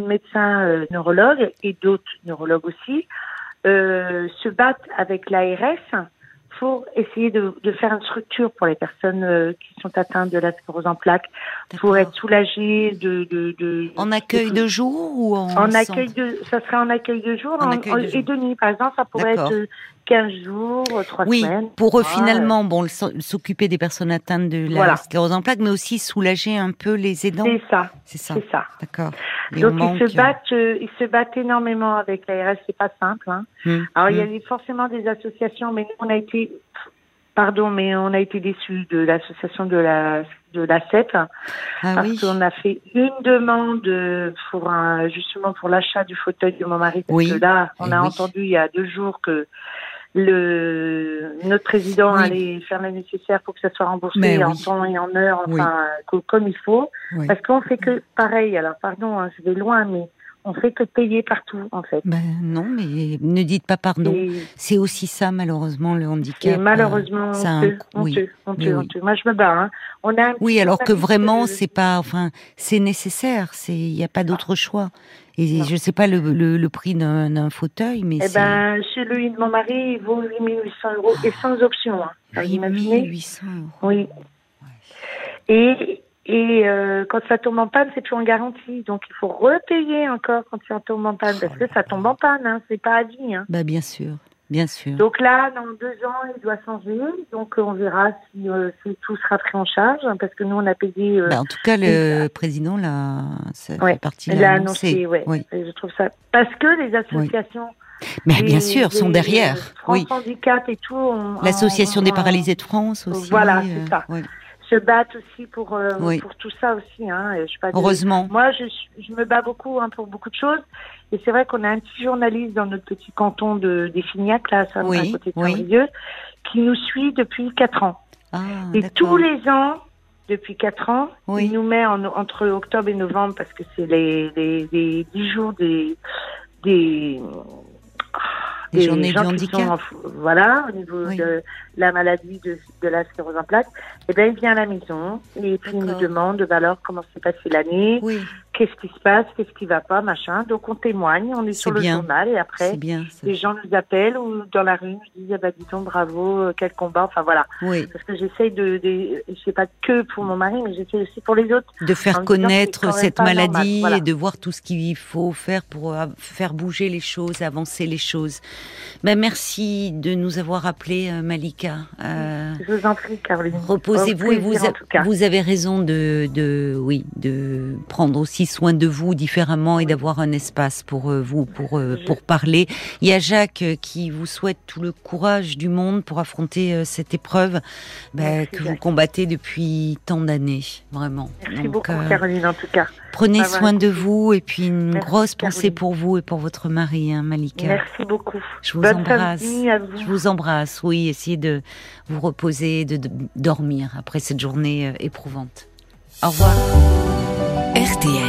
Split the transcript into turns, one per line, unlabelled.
médecins neurologues et d'autres neurologues aussi se battent avec l'ARS pour essayer de faire une structure pour les personnes qui sont atteintes de la sclérose en plaques, pour être soulagées
en accueil de jour ou
en accueil ça serait en accueil de jour et de nuit, par exemple, ça pourrait être 15 jours, 3 semaines.
Oui, pour eux, finalement, s'occuper des personnes atteintes de la sclérose en plaques, mais aussi soulager un peu les aidants.
C'est ça.
D'accord.
Donc ils se battent énormément avec l'ARS, c'est pas simple. Hein. Alors il y a forcément des associations, mais nous on a été déçus de l'association de la CEP parce qu'on a fait une demande justement pour l'achat du fauteuil de mon mari, parce que là on a entendu il y a 2 jours que notre président allait faire le nécessaire pour que ça soit remboursé en temps et en heure, comme il faut, parce qu'on fait que pareil. Alors pardon, je vais loin, mais on fait que payer partout, en fait.
Non, mais ne dites pas pardon. C'est aussi ça, malheureusement, le handicap.
Et malheureusement, honteux. Moi, je me bats. Hein.
Alors que vraiment, c'est nécessaire. Il n'y a pas d'autre choix. Et je ne sais pas le prix d'un fauteuil, mais
celui de mon mari, il vaut 8 800 € et sans option. Hein.
8 800 €.
Oui. Ouais. Et quand ça tombe en panne, c'est plus en garantie. Donc, il faut repayer encore quand ça tombe en panne. Parce que ça tombe en panne, hein. C'est pas à vie. Hein.
Bien sûr. Bien sûr.
Donc là, dans 2 ans, il doit changer. Donc, on verra si tout sera pris en charge. Hein, parce que nous, on a payé...
en tout cas, le président fait partie
l'a annoncé. Oui. Et je trouve ça... Parce que les associations...
Mais bien sûr, sont derrière.
France Handicap et tout...
L'association des paralysés de France aussi.
Voilà, c'est ça. Se battent aussi pour tout ça aussi. Hein.
Heureusement.
Moi, je me bats beaucoup pour beaucoup de choses. Et c'est vrai qu'on a un petit journaliste dans notre petit canton des Fignac, là, à côté de Saint-Brieuc, qui nous suit depuis 4 ans. Et tous les ans, depuis 4 ans, il nous met entre octobre et novembre, parce que c'est les 10 jours des
journées du handicap.
Au niveau de la maladie de la sclérose en plaques. Et il vient à la maison et puis il nous demande comment s'est passée l'année, qu'est-ce qui se passe, qu'est-ce qui va pas, machin. Donc on témoigne, on est sur le journal et après les gens nous appellent ou dans la rue, je dis dis donc bravo, quel combat, enfin voilà. Parce que j'essaye je sais pas que pour mon mari, mais j'essaye aussi pour les autres.
De faire connaître cette maladie et de voir tout ce qu'il faut faire pour faire bouger les choses, avancer les choses. Merci de nous avoir appelé, Malika.
Je vous en prie, Caroline.
Reposez-vous et vous avez raison de prendre aussi soin de vous différemment et d'avoir un espace pour vous, pour parler. Il y a Jacques qui vous souhaite tout le courage du monde pour affronter cette épreuve que vous combattez depuis tant d'années, vraiment.
Merci beaucoup, Caroline, en tout cas.
Prenez soin de vous et puis une grosse pensée pour vous et pour votre mari, Malika.
Merci beaucoup.
Je vous embrasse. Je vous embrasse, essayez de vous reposer, de dormir après cette journée éprouvante. Au revoir.
RTL.